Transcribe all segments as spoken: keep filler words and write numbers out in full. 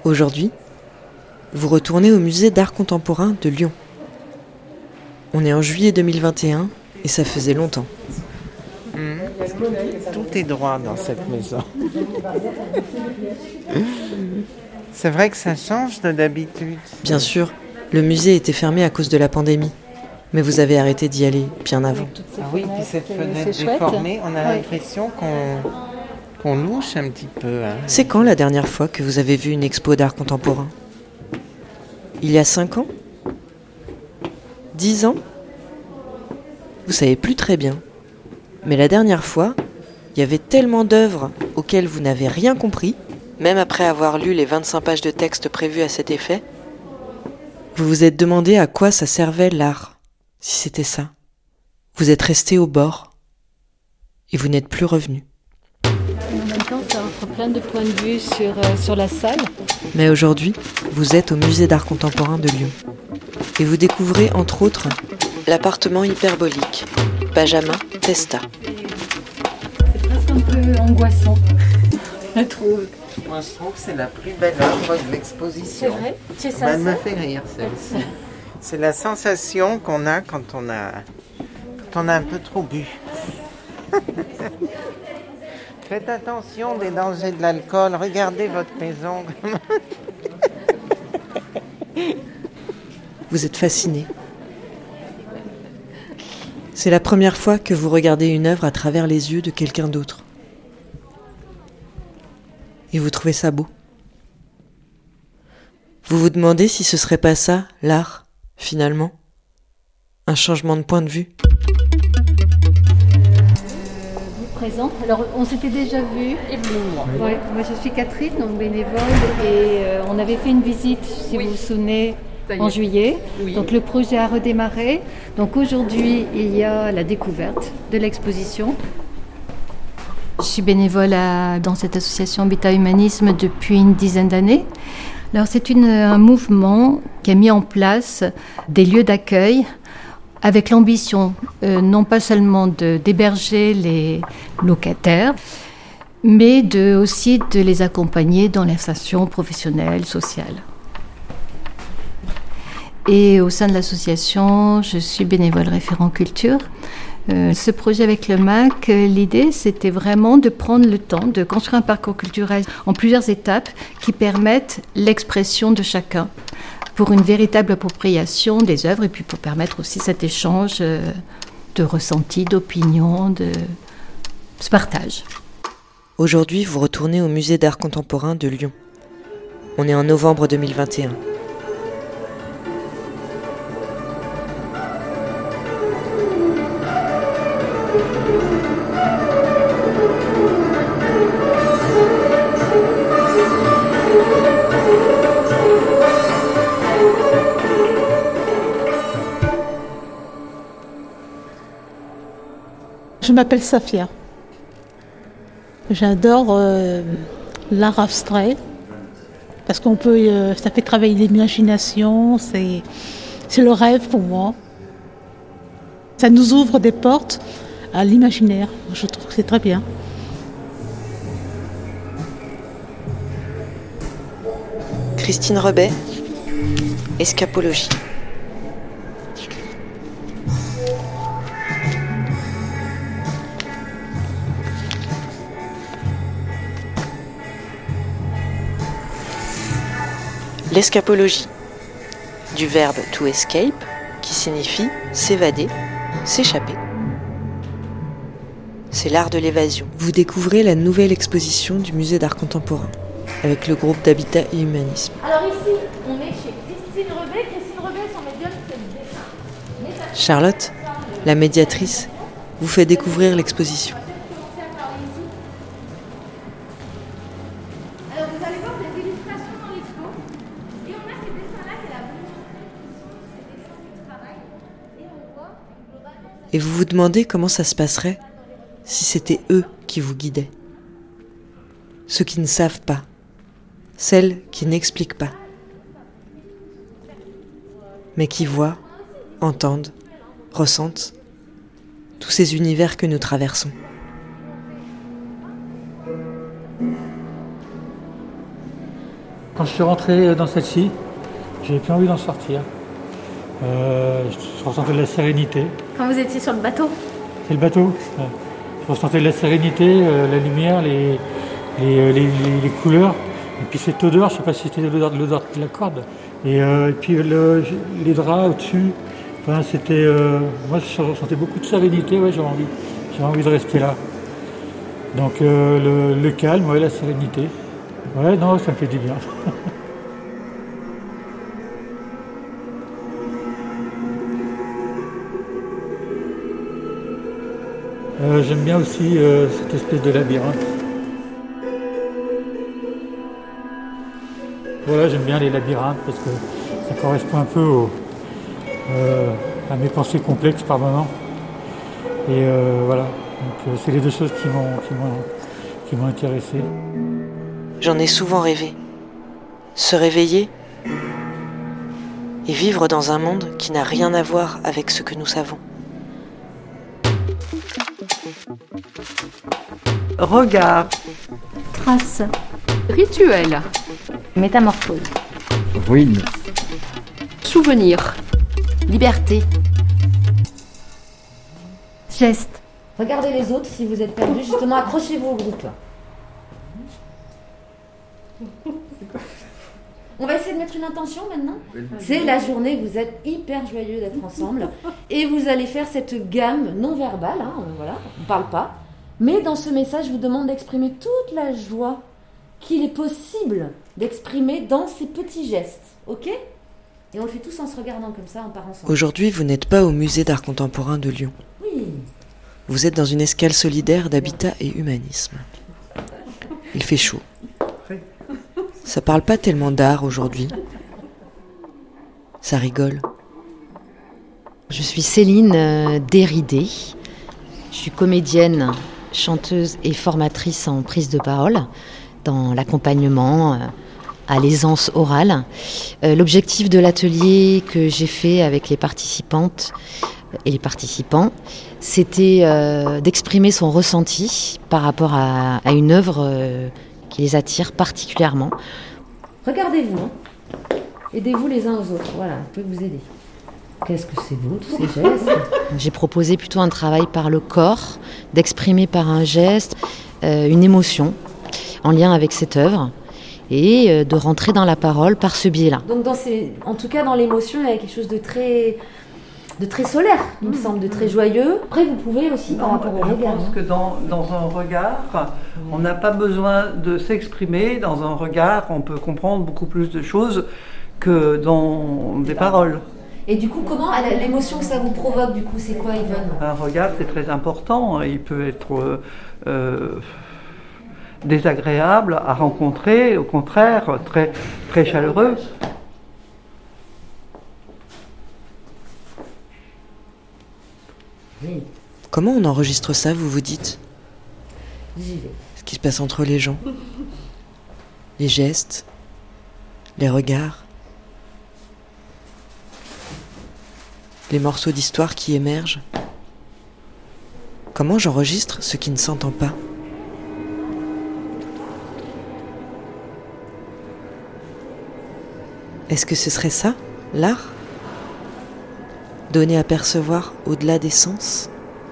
Aujourd'hui, vous retournez au musée d'art contemporain de Lyon. On est en juillet deux mille vingt et un et ça faisait longtemps. Mmh. Tout est droit dans cette maison. C'est vrai que ça change de d'habitude. Bien sûr, le musée était fermé à cause de la pandémie. Mais vous avez arrêté d'y aller bien avant. Ah oui, puis cette fenêtre déformée, on a l'impression qu'on, qu'on louche un petit peu. Hein. C'est quand la dernière fois que vous avez vu une expo d'art contemporain ? Il y a cinq ans ? Dix ans ? Vous savez plus très bien. Mais la dernière fois, il y avait tellement d'œuvres auxquelles vous n'avez rien compris, même après avoir lu les vingt-cinq pages de texte prévues à cet effet, vous vous êtes demandé à quoi ça servait l'art, si c'était ça. Vous êtes resté au bord et vous n'êtes plus revenu. En même temps, ça offre plein de points de vue sur, euh, sur la salle. Mais aujourd'hui, vous êtes au musée d'art contemporain de Lyon. Et vous découvrez, entre autres, l'appartement hyperbolique, Benjamin Testa. C'est presque un peu angoissant, je trouve. Moi, je trouve que c'est la plus belle œuvre de l'exposition. C'est vrai ? C'est ça, Ben, elle me ça fait rire, celle-ci. C'est la sensation qu'on a quand on a, quand on a un peu trop bu. Faites attention des dangers de l'alcool. Regardez votre maison. Vous êtes fasciné. C'est la première fois que vous regardez une œuvre à travers les yeux de quelqu'un d'autre. Et vous trouvez ça beau. Vous vous demandez si ce serait pas ça, l'art, finalement ? Un changement de point de vue ? Présente. Alors, on s'était déjà vu. Ouais, moi, je suis Catherine, donc bénévole, et euh, on avait fait une visite, si oui. vous vous souvenez, en juillet. Oui. Donc, le projet a redémarré. Donc, aujourd'hui, il y a la découverte de l'exposition. Je suis bénévole à, dans cette association Habitat Humanisme depuis une dizaine d'années. Alors, c'est une, un mouvement qui a mis en place des lieux d'accueil avec l'ambition, euh, non pas seulement de, d'héberger les locataires, mais de, aussi de les accompagner dans l'insertion professionnelle, sociale. Et au sein de l'association, je suis bénévole référent culture. Euh, ce projet avec le M A C, l'idée, c'était vraiment de prendre le temps de construire un parcours culturel en plusieurs étapes qui permettent l'expression de chacun, pour une véritable appropriation des œuvres et puis pour permettre aussi cet échange de ressentis, d'opinions, de ce partage. Aujourd'hui, vous retournez au musée d'art contemporain de Lyon. On est en novembre deux mille vingt et un. Je m'appelle Safia. J'adore euh, l'art abstrait parce qu'on peut, euh, ça fait travailler l'imagination, c'est, c'est le rêve pour moi. Ça nous ouvre des portes à l'imaginaire. Je trouve que c'est très bien. Christine Rebet, Escapologie. L'escapologie, du verbe to escape, qui signifie s'évader, s'échapper. C'est l'art de l'évasion. Vous découvrez la nouvelle exposition du musée d'art contemporain, avec le groupe d'Habitat et Humanisme. Alors ici, on est chez Christine Rebet. Christine Rebet, son médium, c'est le dessin. Charlotte, la médiatrice, vous fait découvrir l'exposition. Et vous vous demandez comment ça se passerait si c'était eux qui vous guidaient. Ceux qui ne savent pas, celles qui n'expliquent pas, mais qui voient, entendent, ressentent tous ces univers que nous traversons. Quand je suis rentré dans celle-ci, j'avais plus envie d'en sortir. Euh, je ressentais de la sérénité. Quand vous étiez sur le bateau? C'est le bateau. Ouais. Je ressentais de la sérénité, euh, la lumière, les, les, les, les, les couleurs. Et puis cette odeur, je ne sais pas si c'était l'odeur, l'odeur de la corde. Et, euh, et puis le, les draps au-dessus. Enfin, c'était, euh, moi, je ressentais beaucoup de sérénité. Ouais, j'avais envie, j'avais envie de rester là. Donc euh, le, le calme, ouais, la sérénité. Ouais, non, ça me fait du bien. euh, j'aime bien aussi euh, cette espèce de labyrinthe. Voilà, j'aime bien les labyrinthes parce que ça correspond un peu au, euh, à mes pensées complexes par moments. Et euh, voilà, donc euh, c'est les deux choses qui m'ont, qui m'ont, qui m'ont intéressé. J'en ai souvent rêvé. Se réveiller et vivre dans un monde qui n'a rien à voir avec ce que nous savons. Regard. Trace. Rituel. Métamorphose. Ruine. Souvenir. Liberté. Geste. Regardez les autres si vous êtes perdus. Justement, accrochez-vous au groupe. On va essayer de mettre une intention maintenant. C'est la journée, vous êtes hyper joyeux d'être ensemble. Et vous allez faire cette gamme non verbale. Hein, voilà, on ne parle pas. Mais dans ce message, je vous demande d'exprimer toute la joie qu'il est possible d'exprimer dans ces petits gestes. Ok ? Et on le fait tous en se regardant comme ça, on part ensemble. Aujourd'hui, vous n'êtes pas au musée d'art contemporain de Lyon. Oui. Vous êtes dans une escale solidaire d'habitat et humanisme. Il fait chaud. Ça parle pas tellement d'art aujourd'hui. Ça rigole. Je suis Céline euh, Déridé. Je suis comédienne, chanteuse et formatrice en prise de parole dans l'accompagnement euh, à l'aisance orale. Euh, l'objectif de l'atelier que j'ai fait avec les participantes et les participants, c'était euh, d'exprimer son ressenti par rapport à, à une œuvre euh, qui les attire particulièrement. Regardez-vous, hein. Aidez-vous les uns aux autres, voilà, je peux vous aider. Qu'est-ce que c'est beau, tous ces gestes. J'ai proposé plutôt un travail par le corps, d'exprimer par un geste euh, une émotion en lien avec cette œuvre et euh, de rentrer dans la parole par ce biais-là. Donc dans ces, en tout cas dans l'émotion, il y a quelque chose de très... de très solaire, il me semble, de très joyeux. Après, vous pouvez aussi par non, rapport au je regard. Je pense que dans, dans un regard, on n'a pas besoin de s'exprimer. Dans un regard, on peut comprendre beaucoup plus de choses que dans des paroles. Et du coup, comment l'émotion que ça vous provoque, du coup, c'est quoi, Yvonne ? Un regard, c'est très important. Il peut être euh, euh, désagréable à rencontrer, au contraire, très, très chaleureux. Oui. Comment on enregistre ça, vous vous dites ? J'y vais. Ce qui se passe entre les gens. Les gestes. Les regards. Les morceaux d'histoire qui émergent. Comment j'enregistre ce qui ne s'entend pas ? Est-ce que ce serait ça, l'art ? Donner à percevoir au-delà des sens ?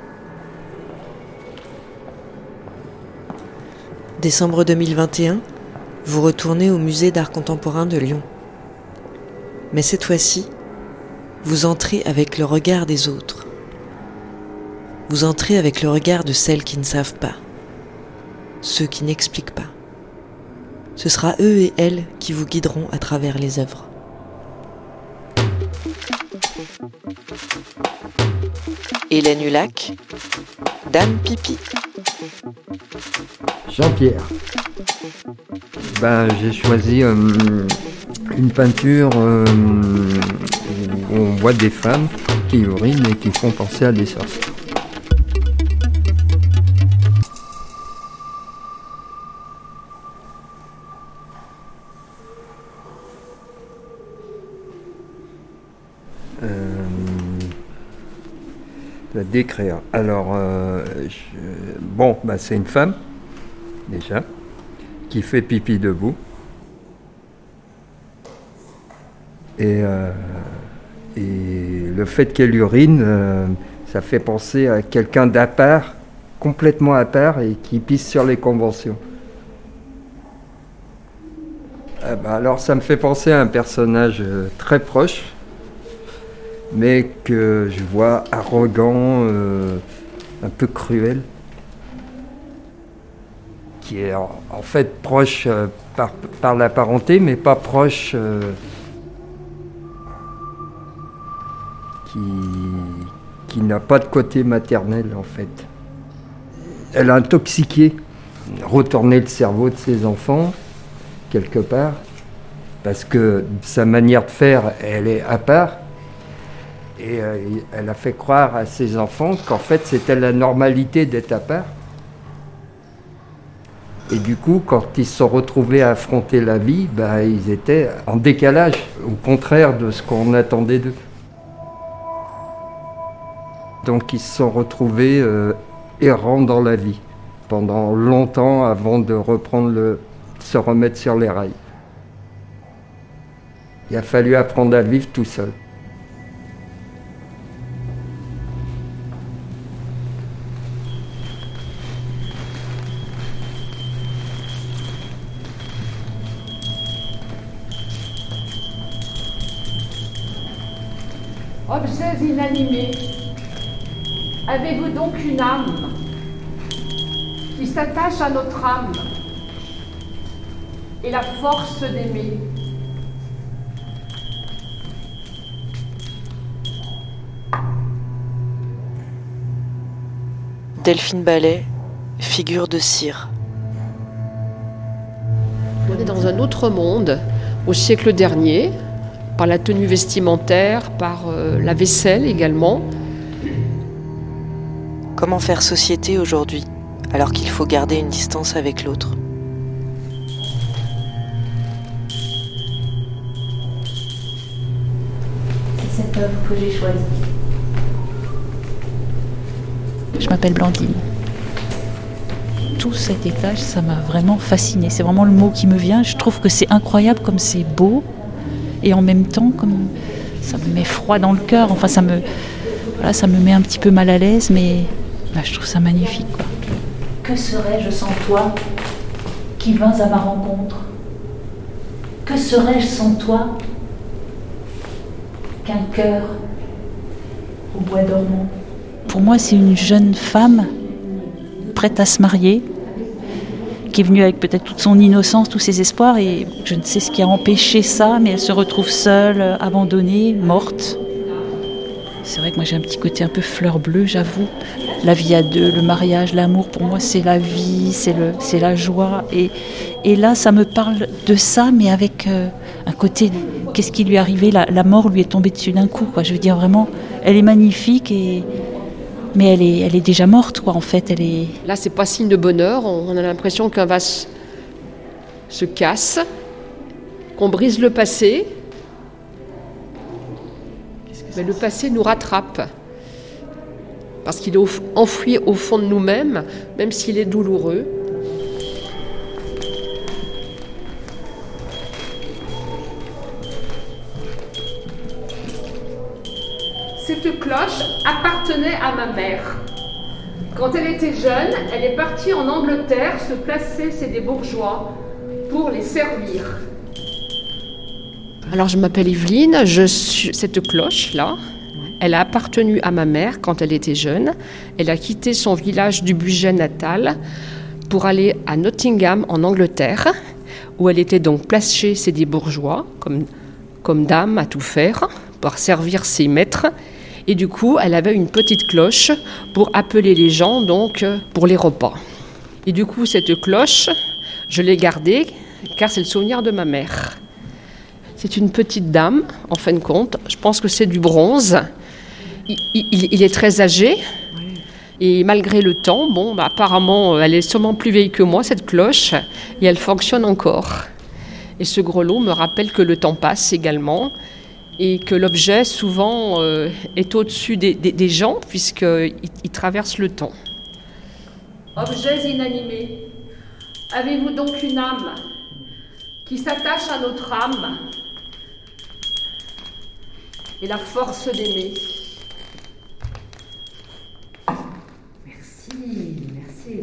Décembre deux mille vingt et un, vous retournez au musée d'art contemporain de Lyon. Mais cette fois-ci, vous entrez avec le regard des autres. Vous entrez avec le regard de celles qui ne savent pas, ceux qui n'expliquent pas. Ce sera eux et elles qui vous guideront à travers les œuvres. Hélène Hulac, Dame Pipi. Jean-Pierre. Ben, j'ai choisi euh, une peinture euh, où on voit des femmes qui urinent et qui font penser à des sorciers. Euh, de décrire. Alors, euh, je, bon, ben, c'est une femme, déjà, qui fait pipi debout. Et, euh, et le fait qu'elle urine, euh, ça fait penser à quelqu'un d'à part, complètement à part, et qui pisse sur les conventions. Ah bah alors ça me fait penser à un personnage euh, très proche, mais que je vois arrogant, euh, un peu cruel, qui est en, en fait proche euh, par, par la parenté, mais pas proche, euh, qui, qui n'a pas de côté maternel en fait. Elle a intoxiqué, retourné le cerveau de ses enfants, quelque part, parce que sa manière de faire, elle est à part. Et euh, elle a fait croire à ses enfants qu'en fait c'était la normalité d'être à part. Et du coup, quand ils se sont retrouvés à affronter la vie, bah, ils étaient en décalage, au contraire de ce qu'on attendait d'eux. Donc ils se sont retrouvés euh, errants dans la vie, pendant longtemps avant de reprendre le, se remettre sur les rails. Il a fallu apprendre à vivre tout seul. Objets inanimés, avez-vous donc une âme qui s'attache à notre âme et la force d'aimer? Delphine Ballet, figure de cire. On est dans un autre monde, au siècle dernier, par la tenue vestimentaire, par euh, la vaisselle également. Comment faire société aujourd'hui, alors qu'il faut garder une distance avec l'autre? C'est cette œuvre que j'ai choisie. Je m'appelle Blandine. Tout cet étage, ça m'a vraiment fascinée. C'est vraiment le mot qui me vient. Je trouve que c'est incroyable comme c'est beau. Et en même temps, comme ça me met froid dans le cœur. Enfin, ça me, voilà, ça me met un petit peu mal à l'aise, mais là, je trouve ça magnifique, quoi. Que serais-je sans toi qui vins à ma rencontre? Que serais-je sans toi qu'un cœur au bois dormant? Pour moi, c'est une jeune femme prête à se marier, qui est venue avec peut-être toute son innocence, tous ses espoirs, et je ne sais ce qui a empêché ça, mais elle se retrouve seule, abandonnée, morte. C'est vrai que moi j'ai un petit côté un peu fleur bleue, j'avoue. La vie à deux, le mariage, l'amour, pour moi c'est la vie, c'est, le, c'est la joie. Et, et là, ça me parle de ça, mais avec euh, un côté, qu'est-ce qui lui est arrivé? La, la mort lui est tombée dessus d'un coup, quoi. Je veux dire, vraiment, elle est magnifique, et... mais elle est, elle est déjà morte, quoi, en fait. Elle est... Là, c'est pas signe de bonheur. On a l'impression qu'un vase se casse, qu'on brise le passé. Mais le passé nous rattrape. Parce qu'il est enfoui au fond de nous-mêmes, même s'il est douloureux. Cette cloche appartenait à ma mère. Quand elle était jeune, elle est partie en Angleterre se placer chez des bourgeois pour les servir. Alors je m'appelle Evelyne, je suis... cette cloche-là, elle a appartenu à ma mère quand elle était jeune. Elle a quitté son village du budget natal pour aller à Nottingham en Angleterre, où elle était donc placée chez des bourgeois, comme, comme dame à tout faire, pour servir ses maîtres. Et du coup, elle avait une petite cloche pour appeler les gens, donc, pour les repas. Et du coup, cette cloche, je l'ai gardée, car c'est le souvenir de ma mère. C'est une petite dame, en fin de compte. Je pense que c'est du bronze. Il, il, il est très âgé. Et malgré le temps, bon, bah, apparemment, elle est sûrement plus vieille que moi, cette cloche. Et elle fonctionne encore. Et ce grelot me rappelle que le temps passe également. Et que l'objet, souvent, euh, est au-dessus des, des, des gens, puisqu'il il traverse le temps. Objets inanimés, avez-vous donc une âme qui s'attache à notre âme et la force d'aimer. Merci, merci.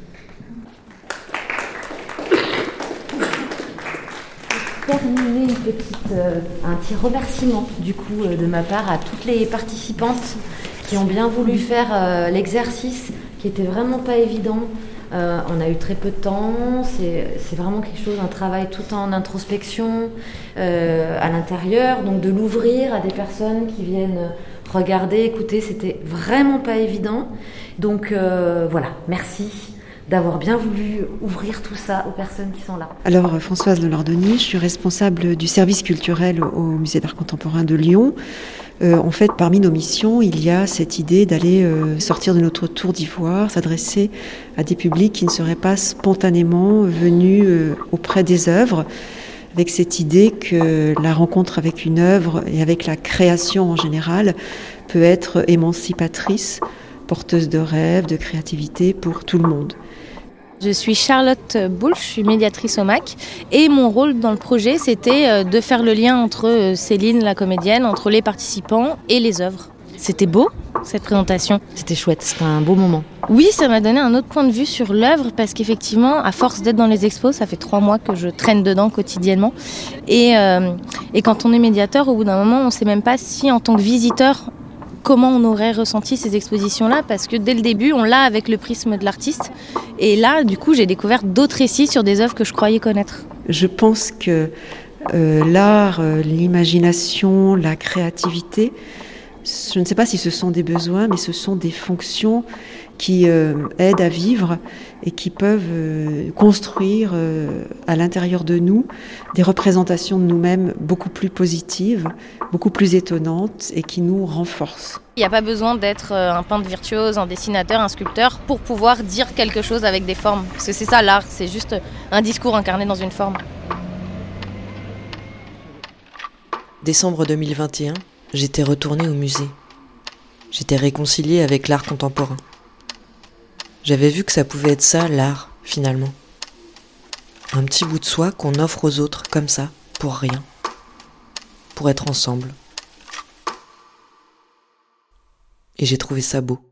Terminer une petite, euh, un petit remerciement du coup euh, de ma part à toutes les participantes qui ont bien voulu faire euh, l'exercice qui était vraiment pas évident. Euh, on a eu très peu de temps, c'est, c'est vraiment quelque chose, un travail tout en introspection euh, à l'intérieur, donc de l'ouvrir à des personnes qui viennent regarder, écouter, c'était vraiment pas évident. Donc euh, voilà, merci d'avoir bien voulu ouvrir tout ça aux personnes qui sont là. Alors, Françoise Lelardoni, je suis responsable du service culturel au Musée d'art contemporain de Lyon. Euh, en fait, parmi nos missions, il y a cette idée d'aller euh, sortir de notre tour d'ivoire, s'adresser à des publics qui ne seraient pas spontanément venus euh, auprès des œuvres, avec cette idée que la rencontre avec une œuvre et avec la création en général peut être émancipatrice, porteuse de rêves, de créativité pour tout le monde. Je suis Charlotte Boulle, je suis médiatrice au M A C et mon rôle dans le projet c'était de faire le lien entre Céline, la comédienne, entre les participants et les œuvres. C'était beau cette présentation. C'était chouette, c'était un beau moment. Oui, ça m'a donné un autre point de vue sur l'œuvre parce qu'effectivement, à force d'être dans les expos, ça fait trois mois que je traîne dedans quotidiennement. Et, euh, et quand on est médiateur, au bout d'un moment, on ne sait même pas si en tant que visiteur, comment on aurait ressenti ces expositions-là, parce que dès le début, on l'a avec le prisme de l'artiste. Et là, du coup, j'ai découvert d'autres récits sur des œuvres que je croyais connaître. Je pense que euh, l'art, euh, l'imagination, la créativité, je ne sais pas si ce sont des besoins, mais ce sont des fonctions qui euh, aident à vivre et qui peuvent euh, construire euh, à l'intérieur de nous des représentations de nous-mêmes beaucoup plus positives, beaucoup plus étonnantes et qui nous renforcent. Il n'y a pas besoin d'être un peintre virtuose, un dessinateur, un sculpteur pour pouvoir dire quelque chose avec des formes. Parce que c'est ça l'art, c'est juste un discours incarné dans une forme. Décembre deux mille vingt et un, j'étais retournée au musée. J'étais réconciliée avec l'art contemporain. J'avais vu que ça pouvait être ça, l'art, finalement. Un petit bout de soi qu'on offre aux autres, comme ça, pour rien. Pour être ensemble. Et j'ai trouvé ça beau.